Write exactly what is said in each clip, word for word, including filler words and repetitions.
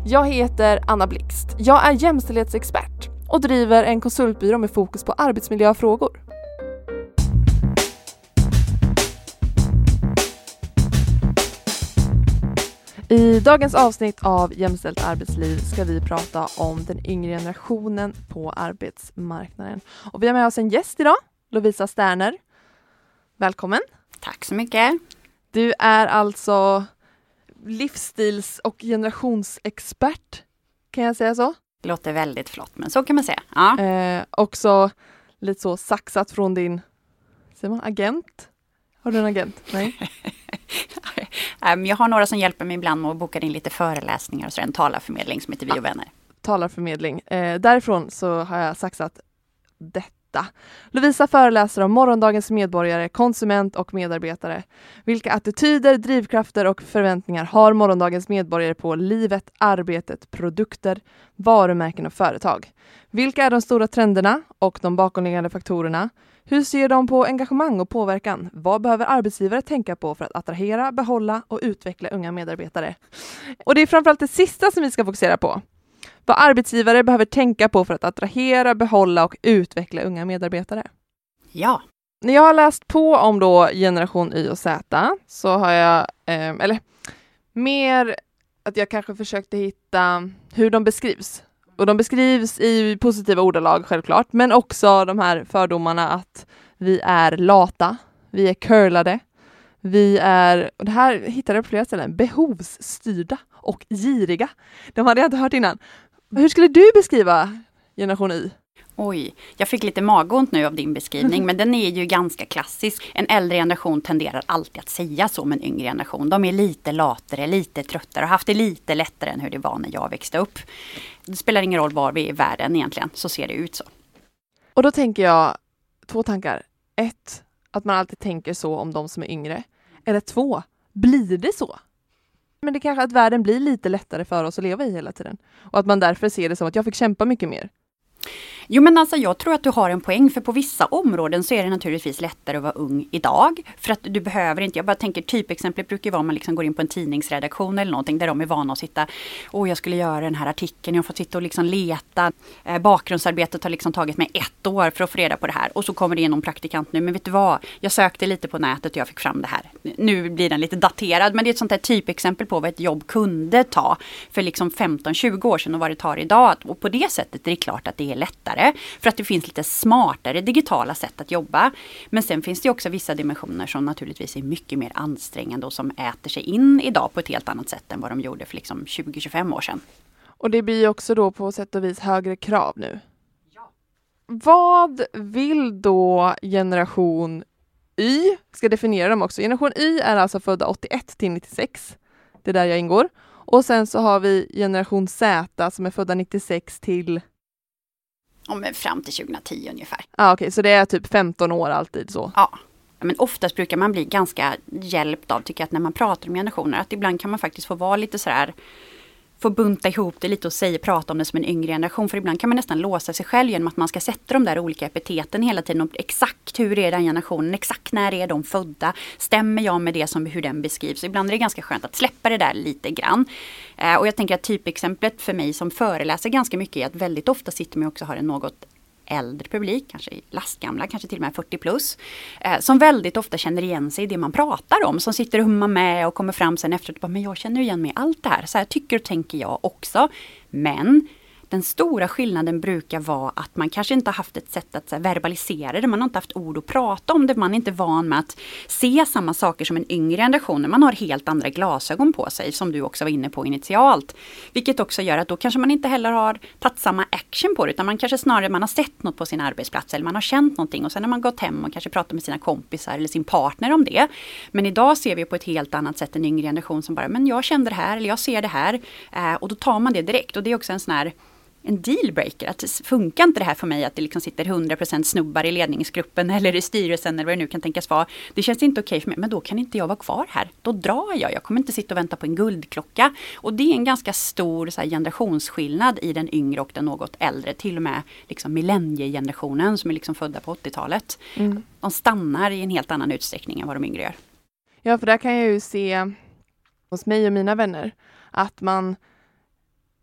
Jag heter Anna Blixt. Jag är jämställdhetsexpert och driver en konsultbyrå med fokus på arbetsmiljöfrågor. I dagens avsnitt av Jämställt arbetsliv ska vi prata om den yngre generationen på arbetsmarknaden. Och vi har med oss en gäst idag, Lovisa Sterner. Välkommen. Tack så mycket. Du är alltså livsstils- och generationsexpert, kan jag säga så? Det låter väldigt flott, men så kan man säga. Ja. Eh, också lite så saxat från din, säger man, agent? Har du en agent? Nej. Jag har några som hjälper mig ibland med att boka in lite föreläsningar och så en talarförmedling som heter Vi och vänner. Talarförmedling. Eh, därifrån så har jag saxat detta. Lovisa föreläser om morgondagens medborgare, konsument och medarbetare. Vilka attityder, drivkrafter och förväntningar har morgondagens medborgare på livet, arbetet, produkter, varumärken och företag? Vilka är de stora trenderna och de bakomliggande faktorerna? Hur ser de på engagemang och påverkan? Vad behöver arbetsgivare tänka på för att attrahera, behålla och utveckla unga medarbetare? Och det är framförallt det sista som vi ska fokusera på. Vad arbetsgivare behöver tänka på för att attrahera, behålla och utveckla unga medarbetare. Ja. När jag har läst på om då generation Y och Z så har jag, eh, eller mer att jag kanske försökte hitta hur de beskrivs. Och de beskrivs i positiva ordalag självklart, men också de här fördomarna att vi är lata, vi är curlade, vi är, och det här hittade jag på flera ställen, behovsstyrda och giriga. De hade jag inte hört innan. Hur skulle du beskriva generation Y? Oj, jag fick lite magont nu av din beskrivning, men den är ju ganska klassisk. En äldre generation tenderar alltid att säga så om en yngre generation. De är lite latare, lite tröttare och haft det lite lättare än hur det var när jag växte upp. Det spelar ingen roll var vi är i världen egentligen, så ser det ut så. Och då tänker jag två tankar. Ett, att man alltid tänker så om de som är yngre. Eller två, blir det så? Men det kanske att världen blir lite lättare för oss att leva i hela tiden. Och att man därför ser det som att jag fick kämpa mycket mer. Jo, men alltså jag tror att du har en poäng, för på vissa områden så är det naturligtvis lättare att vara ung idag. För att du behöver inte, jag bara tänker typexemplet brukar vara om man liksom går in på en tidningsredaktion eller någonting där de är vana att sitta, åh jag skulle göra den här artikeln, jag får sitta och liksom leta. Eh, bakgrundsarbetet har liksom tagit mig ett år för att få reda på det här. Och så kommer det in någon praktikant nu, men vet du vad, jag sökte lite på nätet och jag fick fram det här. Nu blir den lite daterad, men det är ett sånt här typexempel på vad ett jobb kunde ta för liksom femton tjugo år sedan och vad det tar idag. Och på det sättet är det klart att det är lättare. För att det finns lite smartare digitala sätt att jobba. Men sen finns det också vissa dimensioner som naturligtvis är mycket mer ansträngande och som äter sig in idag på ett helt annat sätt än vad de gjorde för liksom tjugo till tjugofem år sedan. Och det blir också då på sätt och vis högre krav nu. Ja. Vad vill då generation Y? Ska definiera dem också. Generation Y är alltså födda åttioett till nittiosex. Det är där jag ingår. Och sen så har vi generation Z som är födda nittiosex till... Om fram till tjugohundratio ungefär. Ja, ah, okej. Okay. Så det är typ femton år alltid så? Ja. Men oftast brukar man bli ganska hjälpt av, tycker jag, att när man pratar om generationer, att ibland kan man faktiskt få vara lite så här, få bunta ihop det lite och säga, prata om det som en yngre generation. För ibland kan man nästan låsa sig själv genom att man ska sätta de där olika epiteten hela tiden. Och exakt hur är den generationen? Exakt när är de födda? Stämmer jag med det som hur den beskrivs? Ibland är det ganska skönt att släppa det där lite grann. Eh, och jag tänker att typexemplet för mig som föreläser ganska mycket är att väldigt ofta sitter man också har en något äldre publik, kanske lastgamla, kanske till och med fyrtio plus, eh, som väldigt ofta känner igen sig i det man pratar om, som sitter och hummar med och kommer fram sen efteråt, men jag känner igen mig i allt det här, så här tycker och tänker jag också, men den stora skillnaden brukar vara att man kanske inte har haft ett sätt att så här, verbalisera det. Man har inte haft ord att prata om det. Man är inte van med att se samma saker som en yngre generation. Man har helt andra glasögon på sig, som du också var inne på initialt. Vilket också gör att då kanske man inte heller har tagit samma action på det. Utan man kanske snarare man har sett något på sin arbetsplats eller man har känt någonting. Och sen har man gått hem och kanske pratat med sina kompisar eller sin partner om det. Men idag ser vi på ett helt annat sätt en yngre generation som bara, men jag kände det här eller jag ser det här. Eh, och då tar man det direkt. Och det är också en sån här en dealbreaker. Att det funkar inte det här för mig att det liksom sitter hundra procent snubbar i ledningsgruppen eller i styrelsen eller vad det nu kan tänkas vara. Det känns inte okej för mig, men då kan inte jag vara kvar här. Då drar jag. Jag kommer inte sitta och vänta på en guldklocka. Och det är en ganska stor så här, generationsskillnad i den yngre och den något äldre. Till och med liksom millenniegenerationen som är liksom födda på åttiotalet. Mm. De stannar i en helt annan utsträckning än vad de yngre gör. Ja, för där kan jag ju se hos mig och mina vänner att man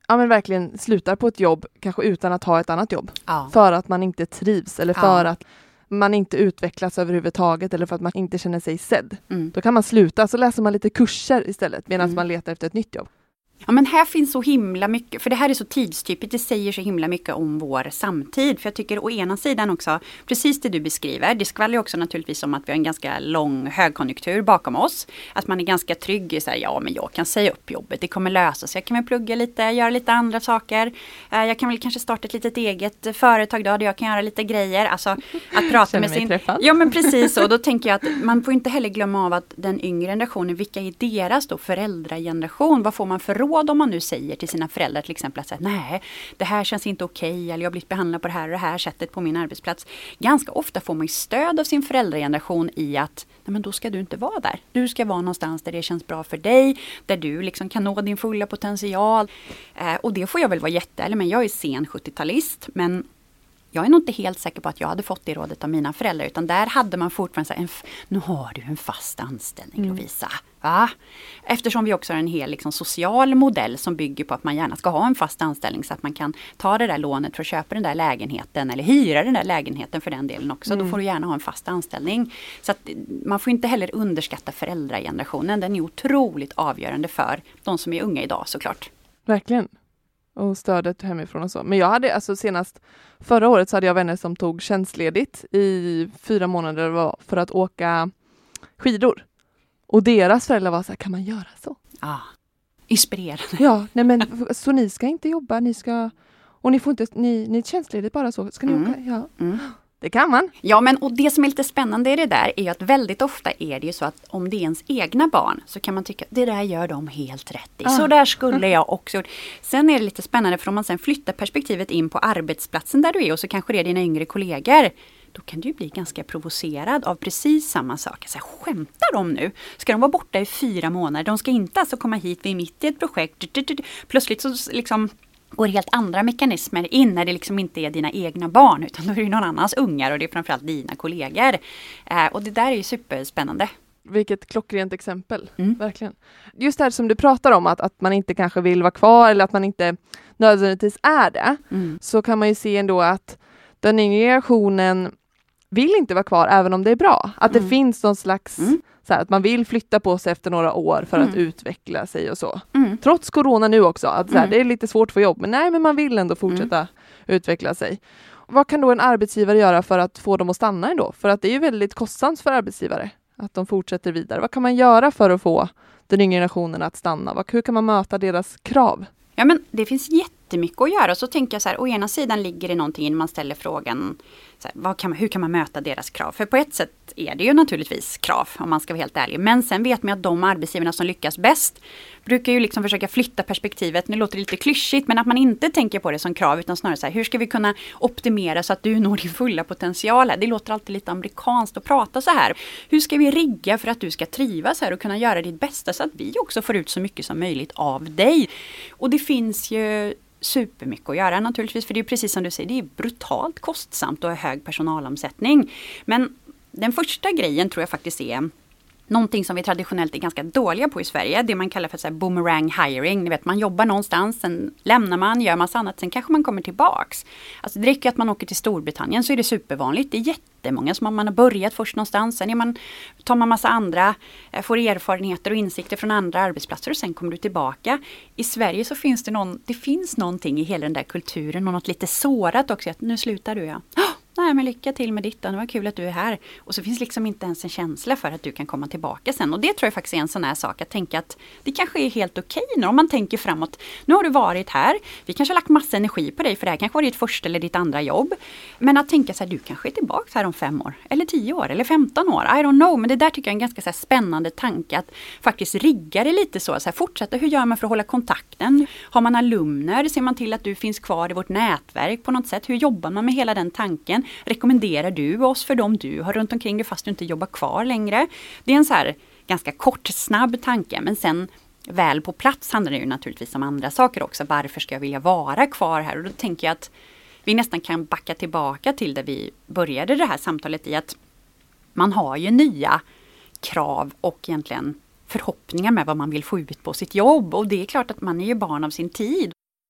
ja, men verkligen slutar på ett jobb kanske utan att ha ett annat jobb. Ja. För att man inte trivs eller för Ja. att man inte utvecklas överhuvudtaget eller för att man inte känner sig sedd. Mm. Då kan man sluta, så läser man lite kurser istället medan Mm. man letar efter ett nytt jobb. Ja, men här finns så himla mycket, för det här är så tidstypiskt, det säger så himla mycket om vår samtid. För jag tycker å ena sidan också, precis det du beskriver, det skvallrar också naturligtvis om att vi har en ganska lång högkonjunktur bakom oss. Att man är ganska trygg i så här, ja men jag kan säga upp jobbet, det kommer lösa sig, jag kan väl plugga lite, göra lite andra saker. Jag kan väl kanske starta ett litet eget företag då, där jag kan göra lite grejer. Alltså att prata Känner med mig sin... träffad. Ja men precis, och då tänker jag att man får inte heller glömma av att den yngre generationen, vilka är deras då föräldrageneration? Vad får man för råd om man nu säger till sina föräldrar till exempel att säga, nej, det här känns inte okej, eller jag har blivit behandlad på det här och det här sättet på min arbetsplats. Ganska ofta får man ju stöd av sin föräldrageneration i att, nej men då ska du inte vara där. Du ska vara någonstans där det känns bra för dig, där du liksom kan nå din fulla potential. Eh, och det får jag väl vara jätteärlig, men jag är sen sjuttiotalist, men jag är nog inte helt säker på att jag hade fått det rådet av mina föräldrar, utan där hade man fortfarande så här, en f- nu har du en fast anställning, Mm. Lovisa. Va? Eftersom vi också har en hel liksom, social modell som bygger på att man gärna ska ha en fast anställning så att man kan ta det där lånet för att köpa den där lägenheten eller hyra den där lägenheten för den delen också. Mm. Då får du gärna ha en fast anställning. Så att man får inte heller underskatta föräldragenerationen. Den är otroligt avgörande för de som är unga idag såklart. Verkligen. Och stödet hemifrån och så. Men jag hade alltså senast förra året så hade jag vänner som tog tjänstledigt i fyra månader var för att åka skidor. Och deras föräldrar var så här, kan man göra så? Ah, inspirerande. Ja, nej men så ni ska inte jobba, ni ska, och ni får inte, ni, ni är tjänstledigt bara så, ska ni Mm. åka? Ja, Mm. det kan man. Ja, men och det som är lite spännande i det där är ju att väldigt ofta är det ju så att om det är ens egna barn så kan man tycka att det där gör de helt rätt i. Ah. Så där skulle jag också gjort. Sen är det lite spännande för om man sen flyttar perspektivet in på arbetsplatsen där du är och så kanske det är dina yngre kollegor. Då kan du ju bli ganska provocerad av precis samma sak. Så här, skämtar de nu? Ska de vara borta i fyra månader? De ska inte alltså komma hit vid mitt i ett projekt. Plötsligt så liksom går helt andra mekanismer in när det liksom inte är dina egna barn utan då är det någon annans ungar och det är framförallt dina kollegor. Eh, och det där är ju superspännande. Vilket klockrent exempel, Mm. verkligen. Just det här som du pratar om, att, att man inte kanske vill vara kvar eller att man inte nödvändigtvis är det. Mm. Så kan man ju se ändå att den yngre generationen vill inte vara kvar även om det är bra. Att Mm. det finns någon slags, Mm. så här, att man vill flytta på sig efter några år för att Mm. utveckla sig och så. Mm. Trots corona nu också, att så här, Mm. det är lite svårt att få jobb, men nej, men man vill ändå fortsätta utveckla sig. Vad kan då en arbetsgivare göra för att få dem att stanna ändå? För att det är ju väldigt kostsamt för arbetsgivare att de fortsätter vidare. Vad kan man göra för att få den yngre generationen att stanna? Vad, hur kan man möta deras krav? Ja, men det finns jättemycket att göra. Så tänker jag så här, å ena sidan ligger det någonting när man ställer frågan, så här, vad kan man, hur kan man möta deras krav? För på ett sätt är det ju naturligtvis krav, om man ska vara helt ärlig. Men sen vet man att de arbetsgivarna som lyckas bäst brukar ju liksom försöka flytta perspektivet. Nu låter det lite klyschigt, men att man inte tänker på det som krav, utan snarare så här, hur ska vi kunna optimera så att du når din fulla potential här? Det låter alltid lite amerikanskt att prata så här. Hur ska vi rigga för att du ska trivas här och kunna göra ditt bästa så att vi också får ut så mycket som möjligt av dig? Och det finns ju supermycket att göra naturligtvis, för det är precis som du säger, det är brutalt kostsamt och hög personalomsättning. Men den första grejen tror jag faktiskt är någonting som vi traditionellt är ganska dåliga på i Sverige. Det man kallar för så här boomerang hiring. Ni vet, man jobbar någonstans, sen lämnar man, gör massa annat, sen kanske man kommer tillbaks. Alltså det räcker att man åker till Storbritannien så är det supervanligt. Det är jättemånga som man har börjat först någonstans. Sen är man, tar man massa andra, får erfarenheter och insikter från andra arbetsplatser och sen kommer du tillbaka. I Sverige så finns det någon, det finns någonting i hela den där kulturen och något lite sårat också. Att nu slutar du, ja. Nej, men lycka till med ditt, det var kul att du är här. Och så finns liksom inte ens en känsla för att du kan komma tillbaka sen. Och det tror jag faktiskt är en sån här sak att tänka att det kanske är helt okej nu om man tänker framåt. Nu har du varit här, vi kanske har lagt massa energi på dig för det här kanske var ditt första eller ditt andra jobb. Men att tänka så här, du kanske är tillbaka här om fem år, eller tio år, eller femton år, I don't know. Men det där tycker jag är en ganska så här spännande tanke att faktiskt rigga det lite så. Så här, fortsätta, hur gör man för att hålla kontakten? Har man alumner? Ser man till att du finns kvar i vårt nätverk på något sätt? Hur jobbar man med hela den tanken? Rekommenderar du oss för dem du har runt omkring dig fast du inte jobbar kvar längre? Det är en så här ganska kort, snabb tanke, men sen väl på plats handlar det ju naturligtvis om andra saker också. Varför ska jag vilja vara kvar här? Och då tänker jag att vi nästan kan backa tillbaka till där vi började det här samtalet i att man har ju nya krav och egentligen förhoppningar med vad man vill få ut på sitt jobb. Och det är klart att man är ju barn av sin tid.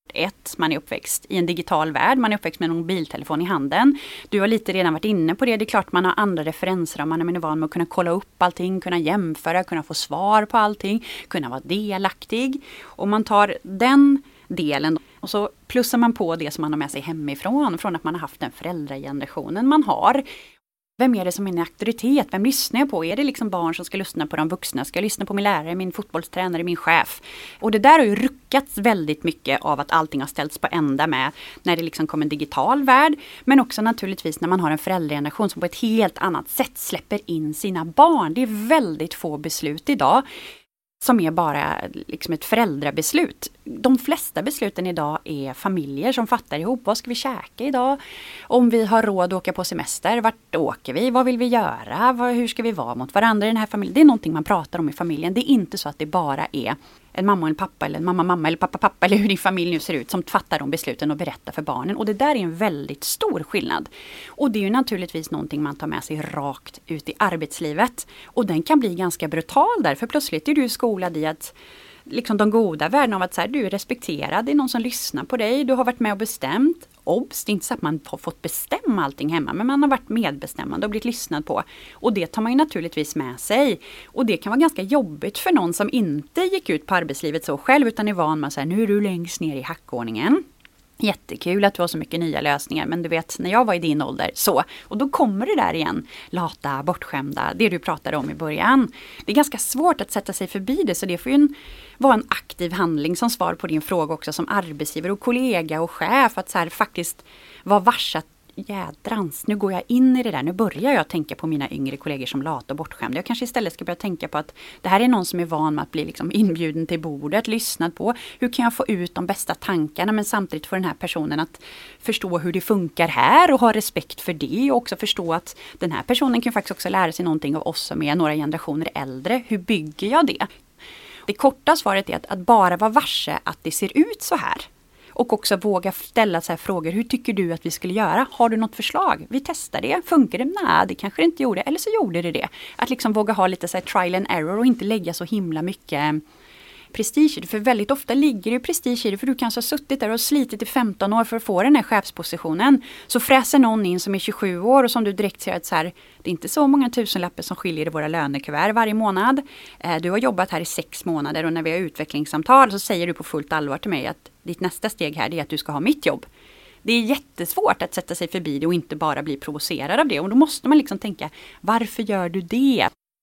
Ett, man är uppväxt i en digital värld, man är uppväxt med en mobiltelefon i handen. Du har lite redan varit inne på det, det är klart man har andra referenser om man är van med att kunna kolla upp allting, kunna jämföra, kunna få svar på allting, kunna vara delaktig. Och man tar den delen och så plussar man på det som man har med sig hemifrån, från att man har haft den föräldragenerationen man har. Vem är det som är en auktoritet? Vem lyssnar jag på? Är det liksom barn som ska lyssna på de vuxna? Ska jag lyssna på min lärare, min fotbollstränare, min chef? Och det där har ju ruckats väldigt mycket av att allting har ställts på ända med när det liksom kommer en digital värld. Men också naturligtvis när man har en föräldrageneration som på ett helt annat sätt släpper in sina barn. Det är väldigt få beslut idag som är bara liksom ett föräldrabeslut. De flesta besluten idag är familjer som fattar ihop. Vad ska vi käka idag? Om vi har råd att åka på semester, vart åker vi? Vad vill vi göra? Hur ska vi vara mot varandra i den här familjen? Det är någonting man pratar om i familjen. Det är inte så att det bara är en mamma och en pappa eller en mamma mamma eller pappa pappa eller hur din familj nu ser ut som fattar de besluten och berättar för barnen. Och det där är en väldigt stor skillnad. Och det är ju naturligtvis någonting man tar med sig rakt ut i arbetslivet. Och den kan bli ganska brutal där, för plötsligt är du skolad i att liksom de goda värdena av att så här, du är respekterad, det är någon som lyssnar på dig, du har varit med och bestämt. Obs, det är inte så att man har fått bestämma allting hemma, men man har varit medbestämmande och blivit lyssnad på. Och det tar man ju naturligtvis med sig. Och det kan vara ganska jobbigt för någon som inte gick ut på arbetslivet så själv, utan är van med att säga, nu är du längst ner i hackordningen. Jättekul att du har så mycket nya lösningar, men du vet, när jag var i din ålder, så. Och då kommer det där igen, lata, bortskämda, det du pratade om i början. Det är ganska svårt att sätta sig förbi det, så det får ju en, vara en aktiv handling som svar på din fråga också som arbetsgivare och kollega och chef, att så här faktiskt vara varse att jädrans, nu går jag in i det där, nu börjar jag tänka på mina yngre kollegor som lata och bortskämda. Jag kanske istället ska börja tänka på att det här är någon som är van med att bli liksom inbjuden till bordet, lyssnad på. Hur kan jag få ut de bästa tankarna, men samtidigt få den här personen att förstå hur det funkar här och ha respekt för det, och också förstå att den här personen kan faktiskt också lära sig någonting av oss som är några generationer äldre. Hur bygger jag det? Det korta svaret är att, att bara vara varse att det ser ut så här. Och också våga ställa så här frågor. Hur tycker du att vi skulle göra? Har du något förslag? Vi testar det. Funkar det? Nej, det kanske det inte gjorde. Eller så gjorde det det. Att liksom våga ha lite så här trial and error och inte lägga så himla mycket prestige i det. För väldigt ofta ligger det prestige i det. För du kanske har suttit där och slitit i femton år för att få den här chefspositionen. Så fräser någon in som är tjugosju år och som du direkt ser att så här, det är inte så många tusenlappar som skiljer i våra lönekuvert varje månad. Du har jobbat här i sex månader och när vi har utvecklingssamtal så säger du på fullt allvar till mig att ditt nästa steg här är att du ska ha mitt jobb. Det är jättesvårt att sätta sig förbi det och inte bara bli provocerad av det. Och då måste man liksom tänka, varför gör du det?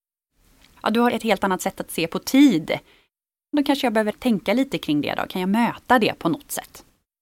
Ja, du har ett helt annat sätt att se på tid. Då kanske jag behöver tänka lite kring det då. Kan jag möta det på något sätt?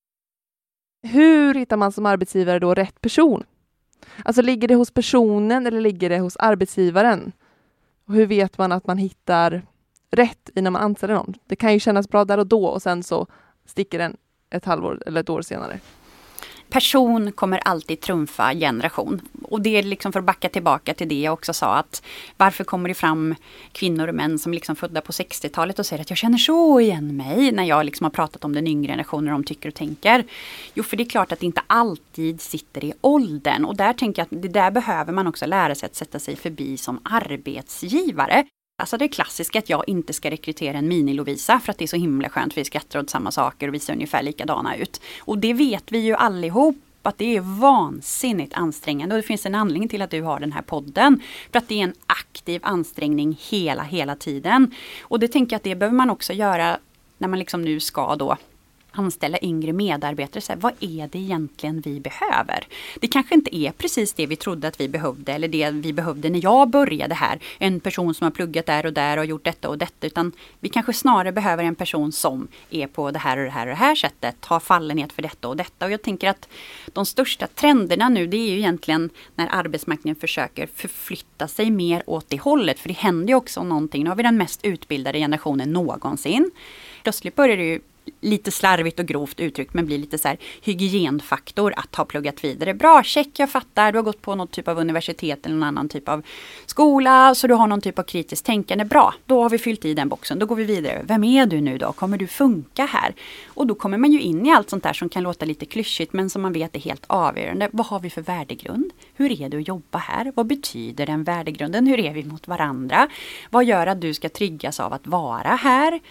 Hur hittar man som arbetsgivare då rätt person? Alltså ligger det hos personen eller ligger det hos arbetsgivaren? Och hur vet man att man hittar rätt innan man anställer någon? Det kan ju kännas bra där och då och sen så sticker den ett halvår eller ett år senare. Person kommer alltid trumfa generation. Och det är liksom för att backa tillbaka till det jag också sa, att varför kommer det fram kvinnor och män som liksom födda på sextiotalet och säger att jag känner så igen mig när jag liksom har pratat om den yngre generationen och de tycker och tänker. Jo, för det är klart att det inte alltid sitter i åldern. Och där tänker jag att det där behöver man också lära sig att sätta sig förbi som arbetsgivare. Alltså det är klassiskt att jag inte ska rekrytera en mini-Lovisa för att det är så himla skönt för vi skrattar åt samma saker och vi ser ungefär likadana ut. Och det vet vi ju allihop att det är vansinnigt ansträngande och det finns en anledning till att du har den här podden. För att det är en aktiv ansträngning hela, hela tiden. Och det tänker jag att det behöver man också göra när man liksom nu ska då anställa yngre medarbetare. Så här, vad är det egentligen vi behöver? Det kanske inte är precis det vi trodde att vi behövde eller det vi behövde när jag började här. En person som har pluggat där och där och gjort detta och detta. Utan vi kanske snarare behöver en person som är på det här och det här och det här sättet. Har fallenhet för detta och detta. Och jag tänker att de största trenderna nu, det är ju egentligen när arbetsmarknaden försöker förflytta sig mer åt det hållet. För det händer ju också någonting. Nu har vi den mest utbildade generationen någonsin. Plötsligt börjar det ju lite slarvigt och grovt uttryckt, men blir lite så här hygienfaktor att ha pluggat vidare. Bra, check, jag fattar. Du har gått på någon typ av universitet eller någon annan typ av skola, så du har någon typ av kritiskt tänkande. Bra, då har vi fyllt i den boxen. Då går vi vidare. Vem är du nu då? Kommer du funka här? Och då kommer man ju in i allt sånt där som kan låta lite klyschigt, men som man vet är helt avgörande. Vad har vi för värdegrund? Hur är det att jobba här? Vad betyder den värdegrunden? Hur är vi mot varandra? Vad gör att du ska tryggas av att vara här?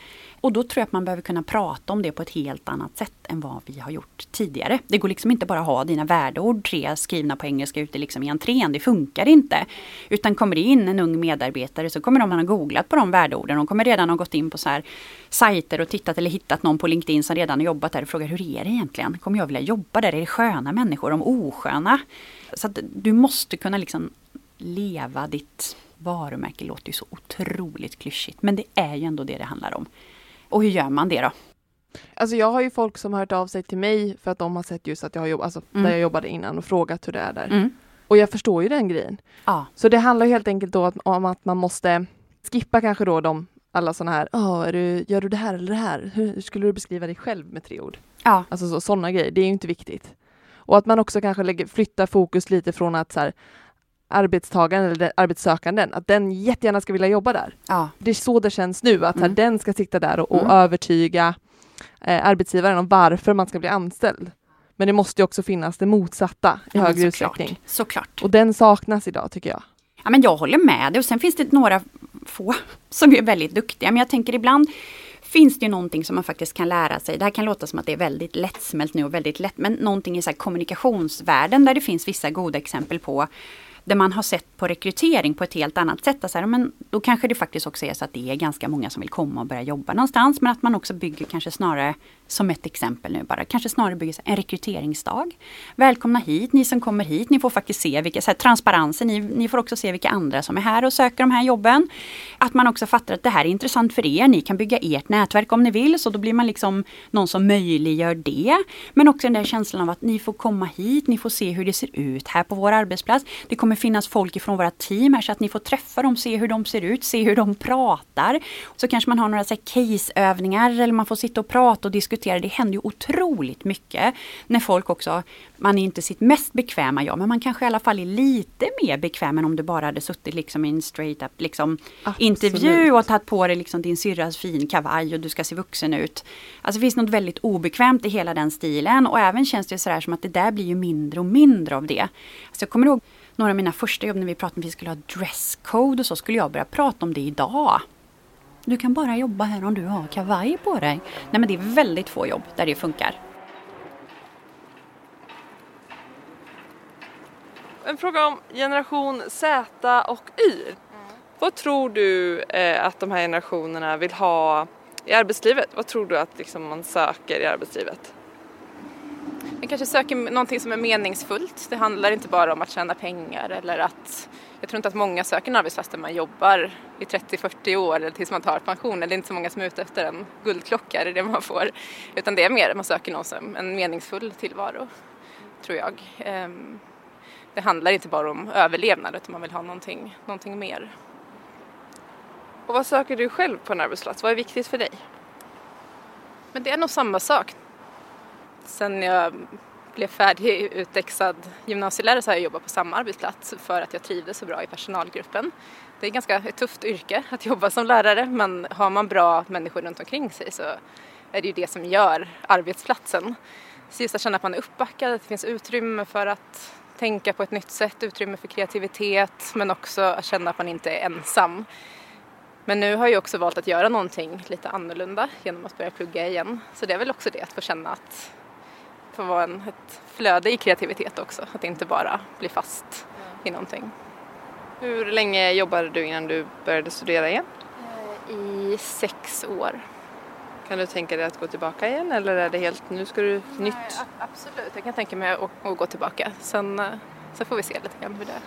Och då tror jag att man behöver kunna prata om det på ett helt annat sätt än vad vi har gjort tidigare. Det går liksom inte bara att ha dina värdeord, tre skrivna på engelska ute liksom i entrén. Det funkar inte. Utan kommer det in en ung medarbetare så kommer de ha googlat på de värdeorden. De kommer redan ha gått in på så här sajter och tittat eller hittat någon på LinkedIn som redan har jobbat där och frågar hur är det egentligen? Kommer jag vilja jobba där? Är det sköna människor? De osköna? Så att du måste kunna liksom leva ditt varumärke. Låter ju så otroligt klyschigt. Men det är ju ändå det det handlar om. Och hur gör man det då? Alltså jag har ju folk som har hört av sig till mig för att de har sett just att jag har jobbat, alltså mm. där jag jobbade innan och frågat hur det är där. Mm. Och jag förstår ju den grejen. Ja. Så det handlar helt enkelt då om att man måste skippa kanske då de, alla sådana här, oh, är du, gör du det här eller det här? Hur skulle du beskriva dig själv med tre ord? Ja. Alltså så, sådana grejer, det är ju inte viktigt. Och att man också kanske lägger, flyttar fokus lite från att så här, arbetstagaren eller arbetssökanden, att den jättegärna ska vilja jobba där. Ja. Det är så det känns nu, att mm. här, den ska sitta där och, och mm. övertyga eh, arbetsgivaren om varför man ska bli anställd. Men det måste ju också finnas det motsatta i ja, högre så utsträckning. Klart. Såklart. Och den saknas idag tycker jag. Ja, men jag håller med dig och sen finns det några få som är väldigt duktiga. Men jag tänker ibland finns det ju någonting som man faktiskt kan lära sig. Det här kan låta som att det är väldigt lättsmält nu och väldigt lätt. Men någonting i så här kommunikationsvärlden där det finns vissa goda exempel på där man har sett på rekrytering på ett helt annat sätt. Alltså, men då kanske det faktiskt också är så att det är ganska många som vill komma och börja jobba någonstans. Men att man också bygger kanske snarare, som ett exempel nu bara, kanske snarare bygger en rekryteringsdag. Välkomna hit, ni som kommer hit. Ni får faktiskt se vilka, så här, transparensen, ni, ni får också se vilka andra som är här och söker de här jobben. Att man också fattar att det här är intressant för er. Ni kan bygga ert nätverk om ni vill. Så då blir man liksom någon som möjliggör det. Men också den där känslan av att ni får komma hit. Ni får se hur det ser ut här på vår arbetsplats. Det kommer finnas folk ifrån våra team här så att ni får träffa dem, se hur de ser ut, se hur de pratar. Så kanske man har några så här caseövningar eller man får sitta och prata och diskutera. Det händer ju otroligt mycket när folk också, man är inte sitt mest bekväma jag, men man kanske i alla fall är lite mer bekväm än om du bara hade suttit liksom i en straight up liksom intervju och tagit på dig liksom din syrras fin kavaj och du ska se vuxen ut. Alltså det finns något väldigt obekvämt i hela den stilen och även känns det så här som att det där blir ju mindre och mindre av det. Alltså jag kommer ihåg några av mina första jobb när vi pratade om att vi skulle ha dresscode och så skulle jag börja prata om det idag. Du kan bara jobba här om du har kavaj på dig. Nej men det är väldigt få jobb där det funkar. En fråga om generation Z och Y. Mm. Vad tror du eh, att de här generationerna vill ha i arbetslivet? Vad tror du att liksom, man söker i arbetslivet? Man kanske söker någonting som är meningsfullt. Det handlar inte bara om att tjäna pengar eller att... Jag tror inte att många söker en arbetsplats där man jobbar i trettio till fyrtio år eller tills man tar pension. Det är inte så många som är ute efter en guldklocka, det är det man får. Utan det är mer att man söker någon som en meningsfull tillvaro, tror jag. Det handlar inte bara om överlevnad utan man vill ha någonting, någonting mer. Och vad söker du själv på en arbetsplats? Vad är viktigt för dig? Men det är nog samma sak. Sen jag blev färdig utexad gymnasielärare så har jag jobbat på samma arbetsplats för att jag trivdes så bra i personalgruppen. Det är ganska ett tufft yrke att jobba som lärare, men har man bra människor runt omkring sig så är det ju det som gör arbetsplatsen. Så just att känna att man är uppbackad, att det finns utrymme för att tänka på ett nytt sätt, utrymme för kreativitet, men också att känna att man inte är ensam. Men nu har jag också valt att göra någonting lite annorlunda genom att börja plugga igen. Så det är väl också det, att få känna att få vara en, ett flöde i kreativitet också. Att inte bara bli fast i någonting. Hur länge jobbade du innan du började studera igen? I sex år. Kan du tänka dig att gå tillbaka igen eller är det helt, nu ska du Nej, nytt? Absolut, jag kan tänka mig att, att gå tillbaka. Sen, sen får vi se lite grann hur det är.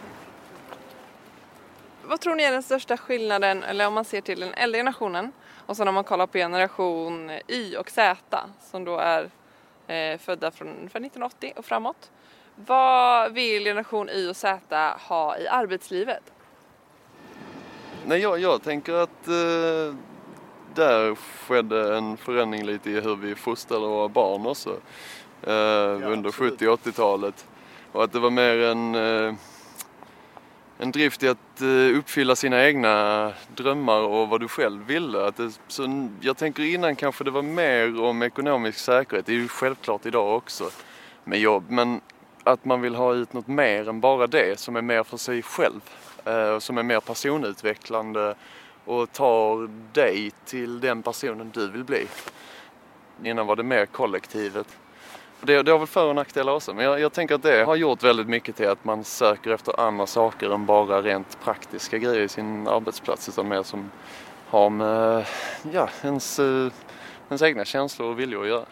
Vad tror ni är den största skillnaden, eller om man ser till den äldre generationen och sen om man kollar på generation Y och Z som då är eh, födda från för nittonhundraåttio och framåt. Vad vill generation Y och Z ha i arbetslivet? Nej, jag, jag tänker att eh, där skedde en förändring lite i hur vi fostrade våra barn också eh, ja, under sjuttio- och åttiotalet. Och att det var mer en... Eh, En drift i att uppfylla sina egna drömmar och vad du själv ville. Att det, så jag tänker innan kanske det var mer om ekonomisk säkerhet. Det är ju självklart idag också med jobb. Men att man vill ha ut något mer än bara det som är mer för sig själv. Eh, som är mer personutvecklande och tar dig till den personen du vill bli. Innan var det mer kollektivet. Det, det har väl för- och nackdelar också, men jag, jag tänker att det har gjort väldigt mycket till att man söker efter andra saker än bara rent praktiska grejer i sin arbetsplats, utan mer som har med ja, ens, ens egna känslor och viljor att göra.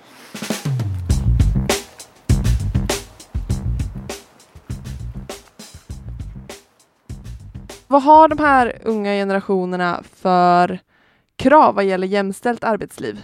Vad har de här unga generationerna för krav vad gäller jämställt arbetsliv?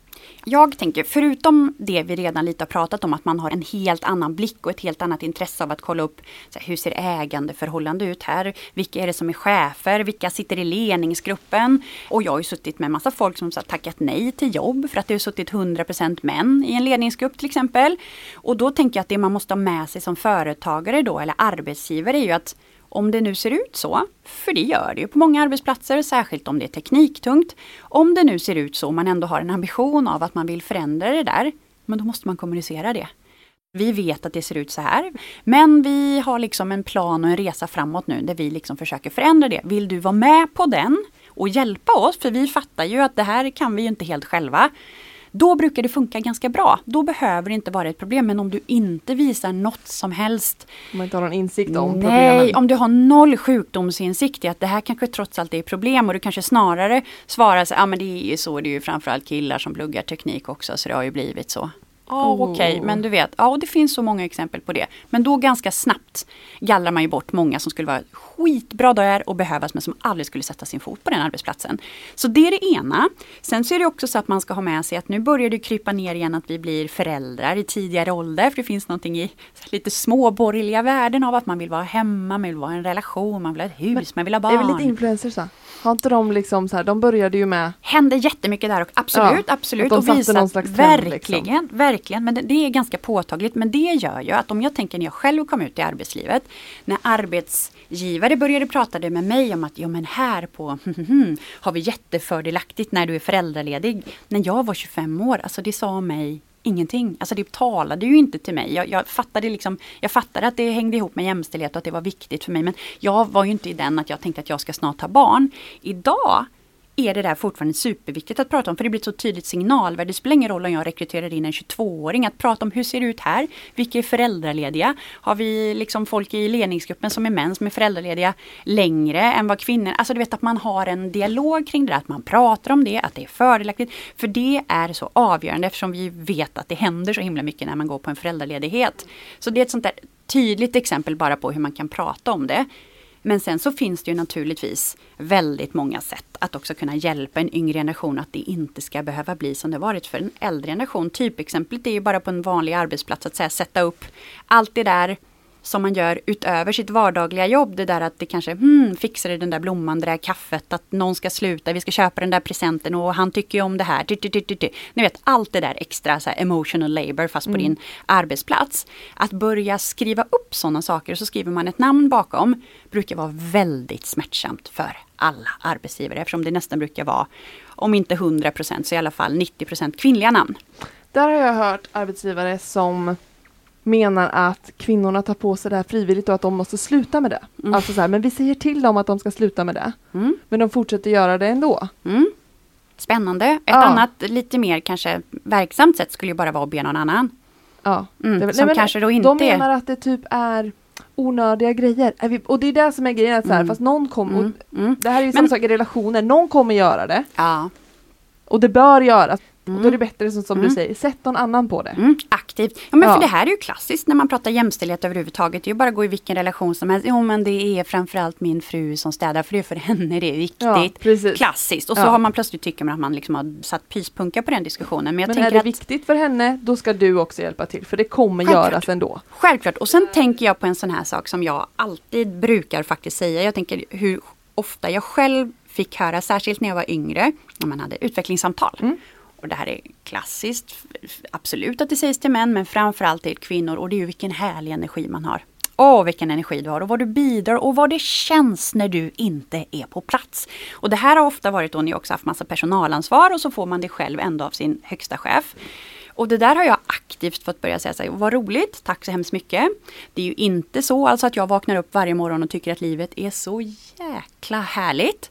Jag tänker, förutom det vi redan lite har pratat om, att man har en helt annan blick och ett helt annat intresse av att kolla upp så här, hur ser ägandeförhållande ut här? Vilka är det som är chefer? Vilka sitter i ledningsgruppen? Och jag har ju suttit med en massa folk som har tackat nej till jobb för att det har suttit hundra procent män i en ledningsgrupp till exempel. Och då tänker jag att det man måste ha med sig som företagare då, eller arbetsgivare, är ju att om det nu ser ut så, för det gör det ju på många arbetsplatser, särskilt om det är tekniktungt. Om det nu ser ut så, man ändå har en ambition av att man vill förändra det där, men då måste man kommunicera det. Vi vet att det ser ut så här, men vi har liksom en plan och en resa framåt nu där vi liksom försöker förändra det. Vill du vara med på den och hjälpa oss? För vi fattar ju att det här kan vi ju inte helt själva. Då brukar det funka ganska bra. Då behöver det inte vara ett problem. Men om du inte visar något som helst. Om man inte har någon insikt om nej, problemen. Nej, om du har noll sjukdomsinsikt i att det här kanske trots allt är problem. Och du kanske snarare svarar så ja ah, men det är ju så. Det är ju framförallt killar som pluggar teknik också. Så det har ju blivit så. Ja, oh, okej, okay. Men du vet, ja, det finns så många exempel på det. Men då ganska snabbt gallrar man ju bort många som skulle vara skitbra där och behövas, men som aldrig skulle sätta sin fot på den arbetsplatsen. Så det är det ena. Sen så är det också så att man ska ha med sig att nu börjar det krypa ner igen att vi blir föräldrar i tidigare ålder. För det finns någonting i lite småborgerliga värden av att man vill vara hemma, man vill vara i en relation, man vill ha ett hus, men man vill ha barn. Det är väl lite influencers så? Har inte de liksom så här, de började ju med... Hände jättemycket där och absolut, ja, absolut. Att de och visat, någon slags trend, verkligen, liksom. verkligen. Men det, det är ganska påtagligt. Men det gör ju att om jag tänker när jag själv kom ut i arbetslivet. När arbetsgivare började prata med mig om att jo men här på har vi jättefördelaktigt när du är föräldraledig. När jag var tjugofem år, alltså det sa mig ingenting. Alltså det talade ju inte till mig. Jag, jag, fattade liksom, jag fattade att det hängde ihop med jämställdhet och att det var viktigt för mig. Men jag var ju inte i den att jag tänkte att jag ska snart ha barn. Idag är det där fortfarande superviktigt att prata om. För det blir ett så tydligt signalvärde. Det spelar ingen roll om jag rekryterar in en tjugotvååring. Att prata om hur ser det ut här? Vilka är föräldralediga? Har vi liksom folk i ledningsgruppen som är män som är föräldralediga längre än vad kvinnor? Alltså du vet att man har en dialog kring det. Att man pratar om det. Att det är fördelaktigt. För det är så avgörande eftersom vi vet att det händer så himla mycket när man går på en föräldraledighet. Så det är ett sånt där tydligt exempel bara på hur man kan prata om det. Men sen så finns det ju naturligtvis väldigt många sätt att också kunna hjälpa en yngre generation att det inte ska behöva bli som det varit för en äldre generation. Typexemplet är ju bara på en vanlig arbetsplats att säga, sätta upp allt det där som man gör utöver sitt vardagliga jobb. Det där att det kanske, hmm, fixar den där blomman, det där kaffet, att någon ska sluta, vi ska köpa den där presenten och han tycker ju om det här. Ni vet, allt det där extra så här, emotional labor fast på mm. din arbetsplats. Att börja skriva upp sådana saker och så skriver man ett namn bakom brukar vara väldigt smärtsamt för alla arbetsgivare eftersom det nästan brukar vara, om inte hundra procent så i alla fall nittio procent kvinnliga namn. Där har jag hört arbetsgivare som menar att kvinnorna tar på sig det här frivilligt och att de måste sluta med det. Mm. Alltså så här, men vi säger till dem att de ska sluta med det. Mm. Men de fortsätter göra det ändå. Mm. Spännande. Ett ja. annat lite mer kanske verksamt sätt skulle ju bara vara att be någon annan. Ja. Mm. Det, som nej, kanske då inte de menar att det typ är onödiga grejer. Är vi, och det är det som är grejen. Att så här, mm. Fast någon kommer... Mm. Mm. Det här är ju samma sak i relationer. Någon kommer göra det. Ja. Och det bör göras. Mm. Och då är det bättre som, som mm. du säger, sätt någon annan på det. Mm. Aktivt. Ja, men ja. För det här är ju klassiskt när man pratar jämställdhet överhuvudtaget. Det är ju bara att gå i vilken relation som helst. Jo men det är framförallt min fru som städar för det är för henne det är viktigt. Ja, klassiskt. Och så ja. har man plötsligt tycker man att man liksom har satt pyspunka på den diskussionen. Men, jag men tänker är det att, viktigt för henne, då ska du också hjälpa till. För det kommer Självklart. göras ändå. Självklart. Och sen tänker jag på en sån här sak som jag alltid brukar faktiskt säga. Jag tänker hur ofta jag själv fick höra, särskilt när jag var yngre, när man hade utvecklingssamtal. Mm. Och det här är klassiskt, absolut att det sägs till män, men framförallt till kvinnor. Och det är ju vilken härlig energi man har. Åh, vilken energi du har och vad du bidrar och vad det känns när du inte är på plats. Och det här har ofta varit då när jag också haft massa personalansvar och så får man det själv ändå av sin högsta chef. Och det där har jag aktivt fått börja säga så här, vad roligt, tack så hemskt mycket. Det är ju inte så alltså att jag vaknar upp varje morgon och tycker att livet är så jäkla härligt.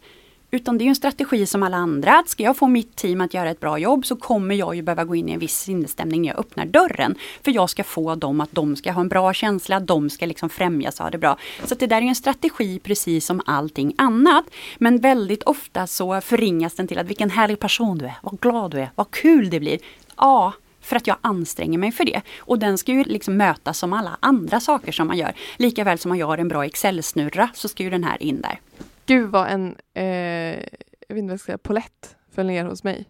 Utan det är ju en strategi som alla andra. Att ska jag få mitt team att göra ett bra jobb så kommer jag ju behöva gå in i en viss sinnesstämning när jag öppnar dörren. För jag ska få dem att de ska ha en bra känsla, de ska liksom främjas av det bra. Så att det där är en strategi precis som allting annat. Men väldigt ofta så förringas den till att vilken härlig person du är, vad glad du är, vad kul det blir. Ja, för att jag anstränger mig för det. Och den ska ju liksom mötas som alla andra saker som man gör. Likaväl som man gör en bra Excel-snurra så ska ju den här in där. Gud vad en, eh, jag vet inte vad jag ska säga, polett föll ner hos mig.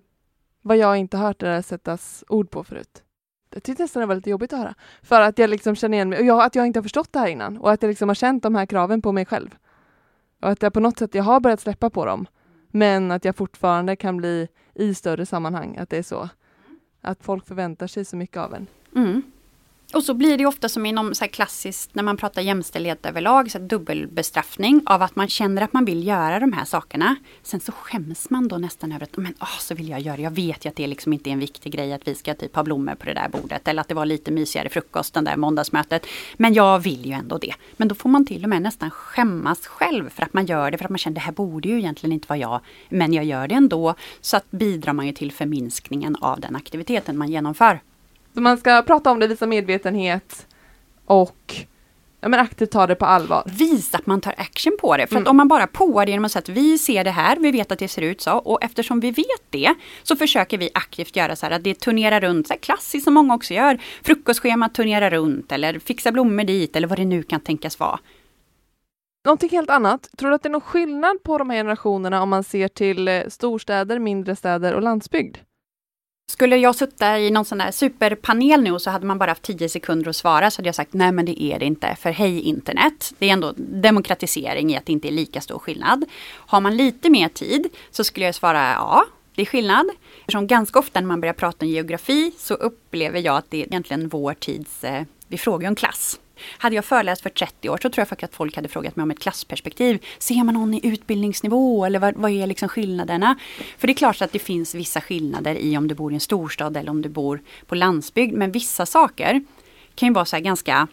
Vad jag inte hört det där sättas ord på förut. Jag tyckte nästan det var lite jobbigt att höra. För att jag liksom känner igen mig, och jag, att jag inte har förstått det här innan. Och att jag liksom har känt de här kraven på mig själv. Och att jag på något sätt, jag har börjat släppa på dem. Men att jag fortfarande kan bli i större sammanhang, att det är så. Att folk förväntar sig så mycket av en. Mm. Och så blir det ofta som inom så här klassiskt när man pratar jämställdhet överlag, så här dubbelbestraffning av att man känner att man vill göra de här sakerna. Sen så skäms man då nästan över att men, åh, så vill jag göra. Jag vet ju att det liksom inte är en viktig grej att vi ska typ ha blommor på det där bordet. Eller att det var lite mysigare frukost den där måndagsmötet. Men jag vill ju ändå det. Men då får man till och med nästan skämmas själv för att man gör det. För att man känner det här borde ju egentligen inte vara jag. Men jag gör det ändå. Så att bidrar man ju till förminskningen av den aktiviteten man genomför. Så man ska prata om det, visa medvetenhet och ja, men aktivt ta det på allvar. Visa att man tar action på det. För Mm. att om man bara påar det genom att säga att vi ser det här, vi vet att det ser ut så. Och eftersom vi vet det så försöker vi aktivt göra så här att det turnerar runt. Så här klassiskt som många också gör. Frukostschemat turnerar runt eller fixa blommor dit eller vad det nu kan tänkas vara. Någonting helt annat. Tror du att det är någon skillnad på de här generationerna om man ser till storstäder, mindre städer och landsbygd? Skulle jag sitta i någon sån där superpanel nu och så hade man bara haft tio sekunder att svara så hade jag sagt nej men det är det inte. För hej internet, det är ändå demokratisering i att det inte är lika stor skillnad. Har man lite mer tid så skulle jag svara ja, det är skillnad. Eftersom ganska ofta när man börjar prata om geografi så upplever jag att det är egentligen vår tids, eh, vi frågar om klass. Hade jag föreläst för trettio år så tror jag faktiskt att folk hade frågat mig om ett klassperspektiv. Ser man någon i utbildningsnivå eller vad, vad är liksom skillnaderna? För det är klart att det finns vissa skillnader i om du bor i en storstad eller om du bor på landsbygd. Men vissa saker kan ju vara så här ganska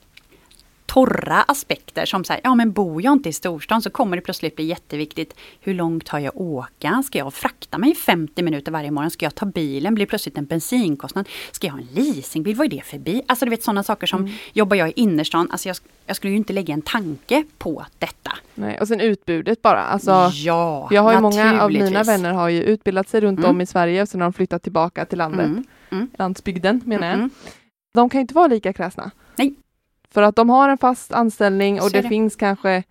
torra aspekter som så här, ja men bor jag inte i storstan så kommer det plötsligt bli jätteviktigt. Hur långt har jag åka? Ska jag frakta mig femtio minuter varje morgon? Ska jag ta bilen? Blir plötsligt en bensinkostnad? Ska jag ha en leasingbil? Vad är det för bil? Alltså du vet sådana saker som mm. jobbar jag i innerstan. Alltså jag, jag skulle ju inte lägga en tanke på detta. Nej, och sen utbudet bara. Alltså, ja, jag har ju många av mina vänner har ju utbildat sig runt mm. om i Sverige och sen har de flyttat tillbaka till landet. Mm. Mm. Landsbygden menar jag. Mm. De kan ju inte vara lika kräsna. Nej. För att de har en fast anställning och Så det, det finns kanske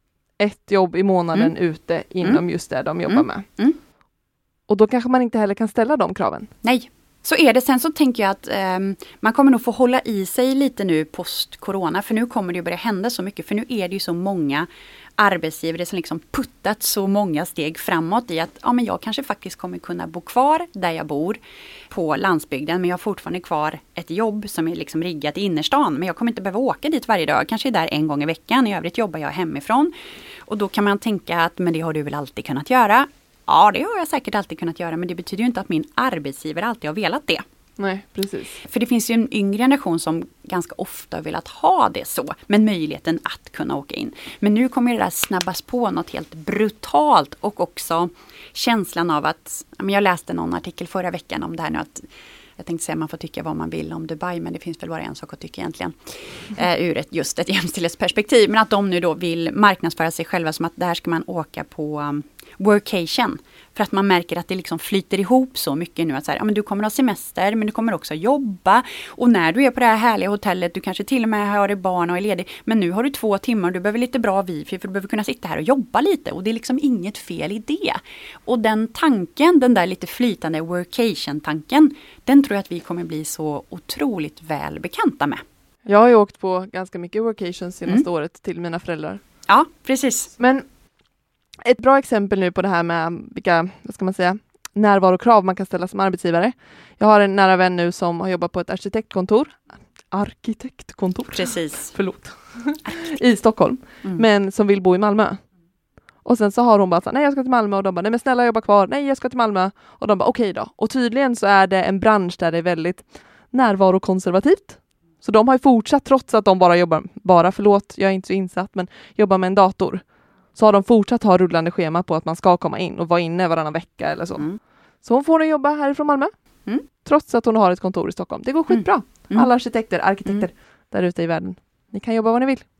ett jobb i månaden mm. ute inom mm. just det de jobbar mm. med. Mm. Och då kanske man inte heller kan ställa de kraven. Nej, så är det. Sen så tänker jag att um, man kommer nog få hålla i sig lite nu post-corona. För nu kommer det ju börja hända så mycket. För nu är det ju så många arbetsgivare som liksom puttat så många steg framåt i att ja, men jag kanske faktiskt kommer kunna bo kvar där jag bor på landsbygden. Men jag har fortfarande kvar ett jobb som är liksom riggat i innerstan. Men jag kommer inte behöva åka dit varje dag. Kanske är där en gång i veckan. I övrigt jobbar jag hemifrån. Och då kan man tänka att men det har du väl alltid kunnat göra. Ja, det har jag säkert alltid kunnat göra. Men det betyder ju inte att min arbetsgivare alltid har velat det. Nej, precis. För det finns ju en yngre generation som ganska ofta har velat ha det så. Men möjligheten att kunna åka in. Men nu kommer det där snabbas på något helt brutalt. Och också känslan av att, jag läste någon artikel förra veckan om det här nu att jag tänkte säga att man får tycka vad man vill om Dubai, men det finns väl bara en sak att tycka egentligen. Eh, ur ett, just ett jämställdhetsperspektiv. Men att de nu då vill marknadsföra sig själva som att där ska man åka på um, workation. För att man märker att det liksom flyter ihop så mycket nu. Att så här, ja, men du kommer ha semester, men du kommer också jobba. Och när du är på det här härliga hotellet, du kanske till och med har barn och är ledig. Men nu har du två timmar, du behöver lite bra wifi för du behöver kunna sitta här och jobba lite. Och det är liksom inget fel i det. Och den tanken, den där lite flytande workation-tanken, den tror jag att vi kommer bli så otroligt väl bekanta med. Jag har ju åkt på ganska mycket workation senaste Mm. året till mina föräldrar. Ja, precis. Men ett bra exempel nu på det här med vilka, vad ska man säga, närvarokrav man kan ställa som arbetsgivare. Jag har en nära vän nu som har jobbat på ett arkitektkontor. Arkitektkontor? Precis. Förlåt. I Stockholm. Mm. Men som vill bo i Malmö. Och sen så har hon bara sagt, nej jag ska till Malmö. Och de bara, nej men snälla jobba kvar. Nej jag ska till Malmö. Och de bara, okej okay då. Och tydligen så är det en bransch där det är väldigt närvarokonservativt. Så de har ju fortsatt trots att de bara jobbar, bara förlåt, jag är inte så insatt, men jobbar med en dator. så har de fortsatt ha rullande schema på att man ska komma in och vara inne varannan vecka eller så. Mm. Så hon får nu jobba härifrån Malmö. Mm. Trots att hon har ett kontor i Stockholm. Det går skitbra. Mm. Mm. Alla arkitekter, arkitekter mm. där ute i världen. Ni kan jobba vad ni vill.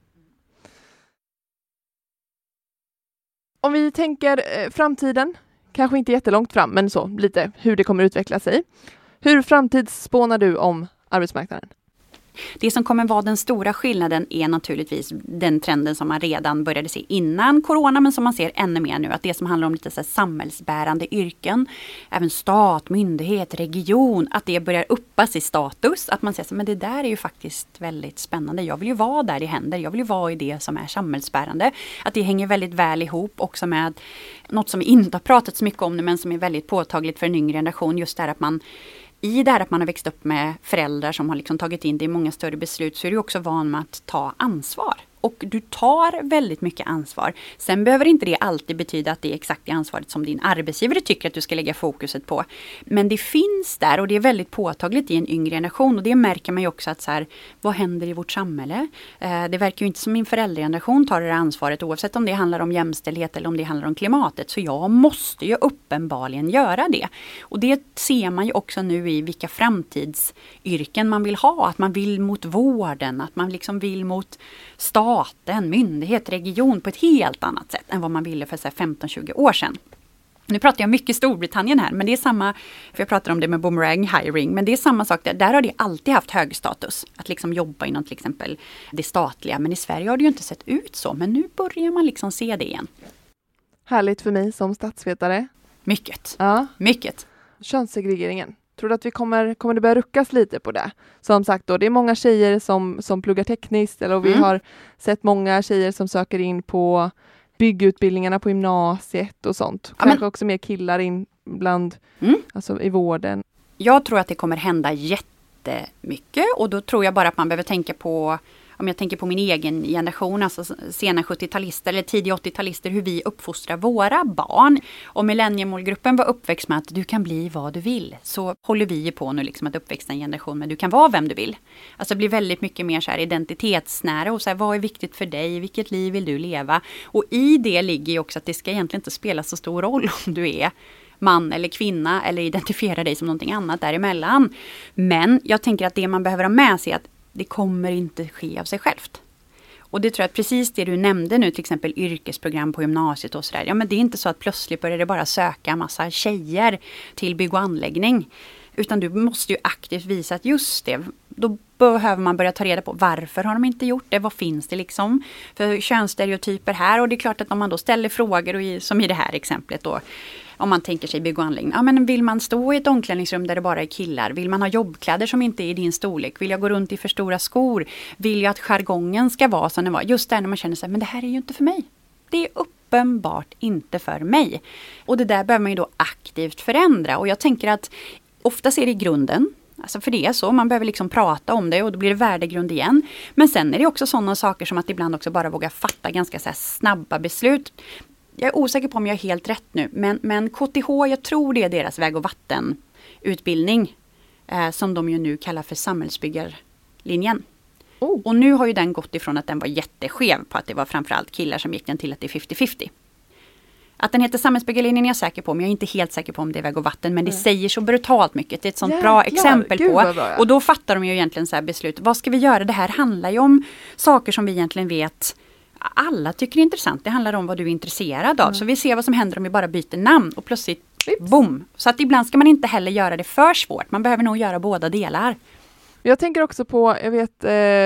Om vi tänker eh, framtiden, kanske inte jättelångt fram, men så lite hur det kommer utveckla sig. Hur framtidsspånar du om arbetsmarknaden? Det som kommer vara den stora skillnaden är naturligtvis den trenden som man redan började se innan corona, men som man ser ännu mer nu. Att det som handlar om lite så här samhällsbärande yrken, även stat, myndighet, region, att det börjar uppas i status. Att man säger så, men det där är ju faktiskt väldigt spännande. Jag vill ju vara där det händer. Jag vill ju vara i det som är samhällsbärande. Att det hänger väldigt väl ihop också med något som vi inte har pratat så mycket om nu, men som är väldigt påtagligt för en yngre generation. Just det här att man I det här att man har växt upp med föräldrar som har liksom tagit in det i många större beslut, så är du också van med att ta ansvar. Och du tar väldigt mycket ansvar. Sen behöver inte det alltid betyda att det är exakt det ansvaret som din arbetsgivare tycker att du ska lägga fokuset på. Men det finns där och det är väldigt påtagligt i en yngre generation. Och det märker man ju också att så här, vad händer i vårt samhälle? Eh, det verkar ju inte som min föräldrageneration tar det ansvaret, oavsett om det handlar om jämställdhet eller om det handlar om klimatet. Så jag måste ju uppenbarligen göra det. Och det ser man ju också nu i vilka framtidsyrken man vill ha. Att man vill mot vården, att man liksom vill mot staten. Staten, myndighet, region på ett helt annat sätt än vad man ville för femton till tjugo år sedan. Nu pratar jag mycket Storbritannien här, men det är samma, för jag pratar om det med boomerang hiring, men det är samma sak där. Där har det alltid haft hög status att liksom jobba inom till exempel det statliga, men i Sverige har det ju inte sett ut så, men nu börjar man liksom se det igen. Härligt för mig som statsvetare. Mycket, ja. mycket. Könssegregeringen. Tror du att vi kommer, kommer det börja ruckas lite på det? Som sagt då, det är många tjejer som, som pluggar tekniskt, eller vi mm. har sett många tjejer som söker in på byggutbildningarna på gymnasiet och sånt. Kanske ja, men... också mer killar in bland, mm. alltså i vården. Jag tror att det kommer hända jättemycket, och då tror jag bara att man behöver tänka på, om jag tänker på min egen generation, alltså sena sjuttio-talister eller tidiga åttio-talister, hur vi uppfostrar våra barn. Och millenniemålgruppen var uppväxt med att du kan bli vad du vill. Så håller vi på nu liksom att uppväxa en generation med du kan vara vem du vill. Alltså det blir väldigt mycket mer så här identitetsnära och så här, vad är viktigt för dig? Vilket liv vill du leva? Och i det ligger ju också att det ska egentligen inte spela så stor roll om du är man eller kvinna eller identifiera dig som någonting annat däremellan. Men jag tänker att det man behöver ha med sig är att det kommer inte ske av sig självt. Och det tror jag att precis det du nämnde nu, till exempel yrkesprogram på gymnasiet och sådär. Ja, men det är inte så att plötsligt börjar det bara söka en massa tjejer till bygg och anläggning. Utan du måste ju aktivt visa att just det, då behöver man börja ta reda på varför har de inte gjort det, vad finns det liksom för könsstereotyper här. Och det är klart att om man då ställer frågor, och i, som i det här exemplet då, om man tänker sig bygg och anläggning. Ja, men vill man stå i ett omklädningsrum där det bara är killar? Vill man ha jobbkläder som inte är i din storlek? Vill jag gå runt i för stora skor? Vill jag att jargongen ska vara som den var? Just där när man känner sig, men det här är ju inte för mig. Det är uppenbart inte för mig. Och det där behöver man ju då aktivt förändra. Och jag tänker att oftast är det i grunden. Alltså för det är så, man behöver liksom prata om det och då blir det värdegrund igen. Men sen är det också sådana saker som att ibland också bara våga fatta ganska så här snabba beslut. Jag är osäker på om jag är helt rätt nu, men, men K T H, jag tror det är deras väg- och vattenutbildning eh, som de ju nu kallar för samhällsbyggarlinjen. Oh. Och nu har ju den gått ifrån att den var jätteskev på att det var framförallt killar som gick den till att det är femtio femtio. Att den heter samhällsbyggarlinjen är jag säker på, men jag är inte helt säker på om det är väg och vatten. Men det mm. säger så brutalt mycket. Det är ett sånt Jäklar, bra exempel på. Bra, ja. Och då fattar de ju egentligen så här beslut. Vad ska vi göra? Det här handlar ju om saker som vi egentligen vet alla tycker är intressant. Det handlar om vad du är intresserad av. Mm. Så vi ser vad som händer om vi bara byter namn. Och plötsligt, Lips. boom. Så att ibland ska man inte heller göra det för svårt. Man behöver nog göra båda delar. Jag tänker också på, jag vet,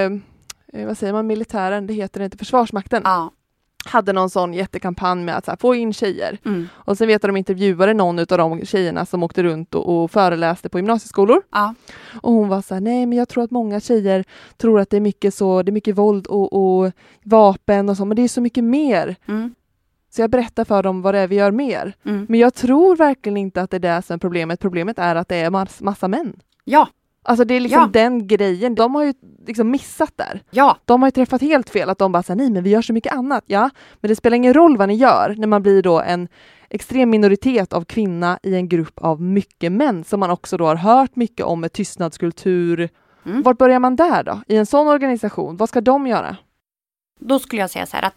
eh, vad säger man, militären, det heter inte Försvarsmakten. Ja. Hade någon sån jättekampanj med att så här, få in tjejer. Mm. Och sen vet jag, de intervjuade någon av de tjejerna som åkte runt och, och föreläste på gymnasieskolor. Ja. Och hon var så här, nej men jag tror att många tjejer tror att det är mycket så, det är mycket våld och, och vapen och så, men det är så mycket mer. Mm. Så jag berättar för dem vad det är vi gör mer. Mm. Men jag tror verkligen inte att det är det som är problemet. Problemet är att det är mass, massa män. Ja. Alltså det är liksom ja. den grejen. De har ju liksom missat där. Ja. De har ju träffat helt fel. Att de bara säger, nej men vi gör så mycket annat. Ja, men det spelar ingen roll vad ni gör. När man blir då en extrem minoritet av kvinna i en grupp av mycket män. Som man också då har hört mycket om med tystnadskultur. Mm. Vart börjar man där då? I en sån organisation, vad ska de göra? Då skulle jag säga så här att det korta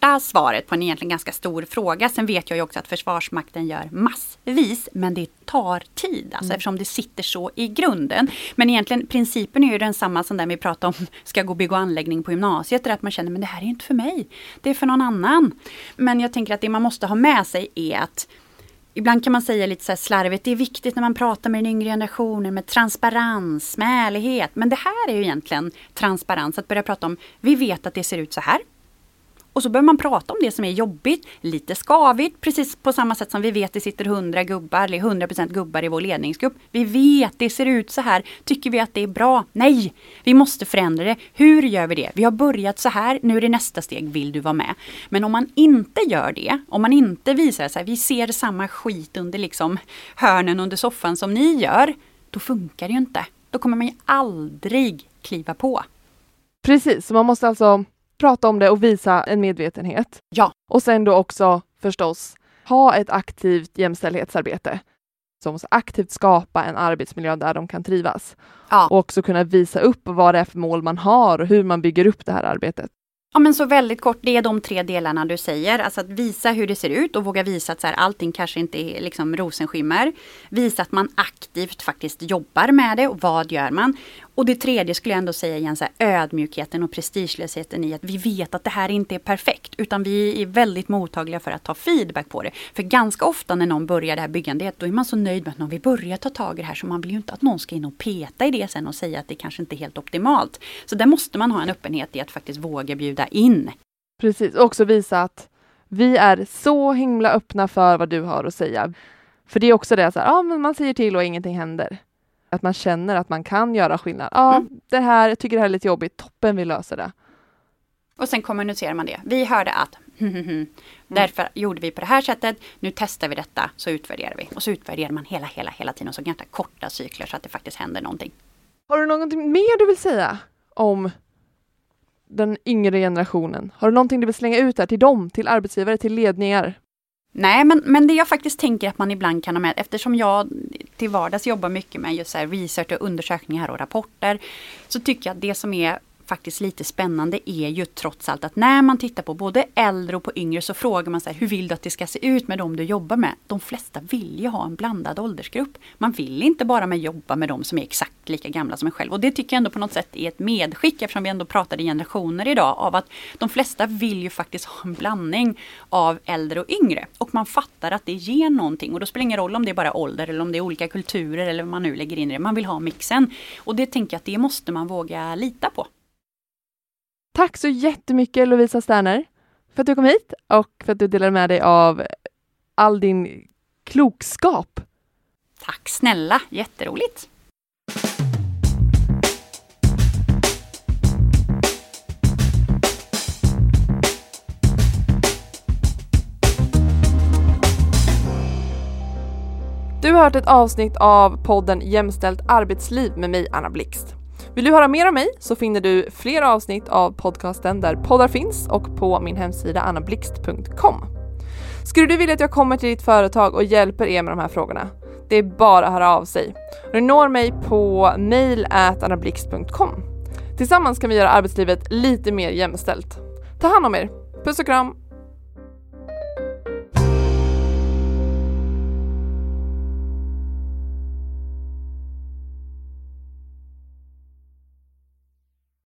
korta svaret på en egentligen ganska stor fråga. Sen vet jag ju också att Försvarsmakten gör massvis, men det tar tid alltså, mm. eftersom det sitter så i grunden. Men egentligen principen är ju densamma som den vi pratar om, ska gå bygga och anläggning på gymnasiet, där att man känner men det här är inte för mig, det är för någon annan. Men jag tänker att det man måste ha med sig är att ibland kan man säga lite så här slarvigt, det är viktigt när man pratar med den yngre generationen med transparens, med ärlighet. Men det här är ju egentligen transparens, att börja prata om, vi vet att det ser ut så här. Och så börjar man prata om det som är jobbigt, lite skavigt, precis på samma sätt som vi vet det sitter hundra gubbar eller hundra procent gubbar i vår ledningsgrupp. Vi vet det ser ut så här, tycker vi att det är bra? Nej, vi måste förändra det. Hur gör vi det? Vi har börjat så här, nu är det nästa steg, vill du vara med? Men om man inte gör det, om man inte visar så här, vi ser samma skit under liksom hörnen under soffan som ni gör, då funkar det ju inte. Då kommer man ju aldrig kliva på. Precis, så man måste alltså prata om det och visa en medvetenhet. Ja. Och sen då också förstås ha ett aktivt jämställdhetsarbete. Så måste aktivt skapa en arbetsmiljö där de kan trivas. Ja. Och också kunna visa upp vad det är för mål man har och hur man bygger upp det här arbetet. Ja, men så väldigt kort, det är de tre delarna du säger. Alltså att visa hur det ser ut och våga visa att så här, allting kanske inte är liksom rosenskimmer. Visa att man aktivt faktiskt jobbar med det och vad gör man. Och det tredje skulle jag ändå säga igen, så här, ödmjukheten och prestigelösheten i att vi vet att det här inte är perfekt. Utan vi är väldigt mottagliga för att ta feedback på det. För ganska ofta när någon börjar det här byggandet, då är man så nöjd med att någon vill börja ta tag i det här. Så man vill ju inte att någon ska in och peta i det sen och säga att det kanske inte är helt optimalt. Så där måste man ha en öppenhet i att faktiskt våga bjuda in. Precis, och också visa att vi är så himla öppna för vad du har att säga. För det är också det så här, ja, men man säger till och ingenting händer. Att man känner att man kan göra skillnad. Ja, mm. det här, jag tycker det här är lite jobbigt. Toppen, vi löser det. Och sen kommunicerar man det. Vi hörde att mm. därför gjorde vi på det här sättet. Nu testar vi detta, så utvärderar vi. Och så utvärderar man hela, hela, hela tiden. Och så ganska korta cykler så att det faktiskt händer någonting. Har du någonting mer du vill säga om den yngre generationen? Har du någonting du vill slänga ut här till dem, till arbetsgivare, till ledningar? Nej, men, men det jag faktiskt tänker att man ibland kan ha med, eftersom jag till vardags jobbar mycket med just så här research och undersökningar och rapporter, så tycker jag att det som är faktiskt lite spännande är ju trots allt att när man tittar på både äldre och på yngre så frågar man så här, hur vill du att det ska se ut med dem du jobbar med? De flesta vill ju ha en blandad åldersgrupp. Man vill inte bara med jobba med dem som är exakt lika gamla som en själv. Och det tycker jag ändå på något sätt är ett medskick, eftersom vi ändå pratar i generationer idag, av att de flesta vill ju faktiskt ha en blandning av äldre och yngre. Och man fattar att det ger någonting. Och då spelar det ingen roll om det är bara ålder eller om det är olika kulturer eller vad man nu lägger in i det. Man vill ha mixen. Och det tänker jag att det måste man våga lita på. Tack så jättemycket Lovisa Sterner för att du kom hit och för att du delade med dig av all din klokskap. Tack snälla, jätteroligt. Du har hört ett avsnitt av podden Jämställt arbetsliv med mig, Anna Blixt. Vill du höra mer om mig så finner du fler avsnitt av podcasten där poddar finns och på min hemsida anna blixt punkt com. Skulle du vilja att jag kommer till ditt företag och hjälper er med de här frågorna? Det är bara att höra av sig. Du når mig på mail at anna blixt punkt com. Tillsammans kan vi göra arbetslivet lite mer jämställt. Ta hand om er. Puss och kram!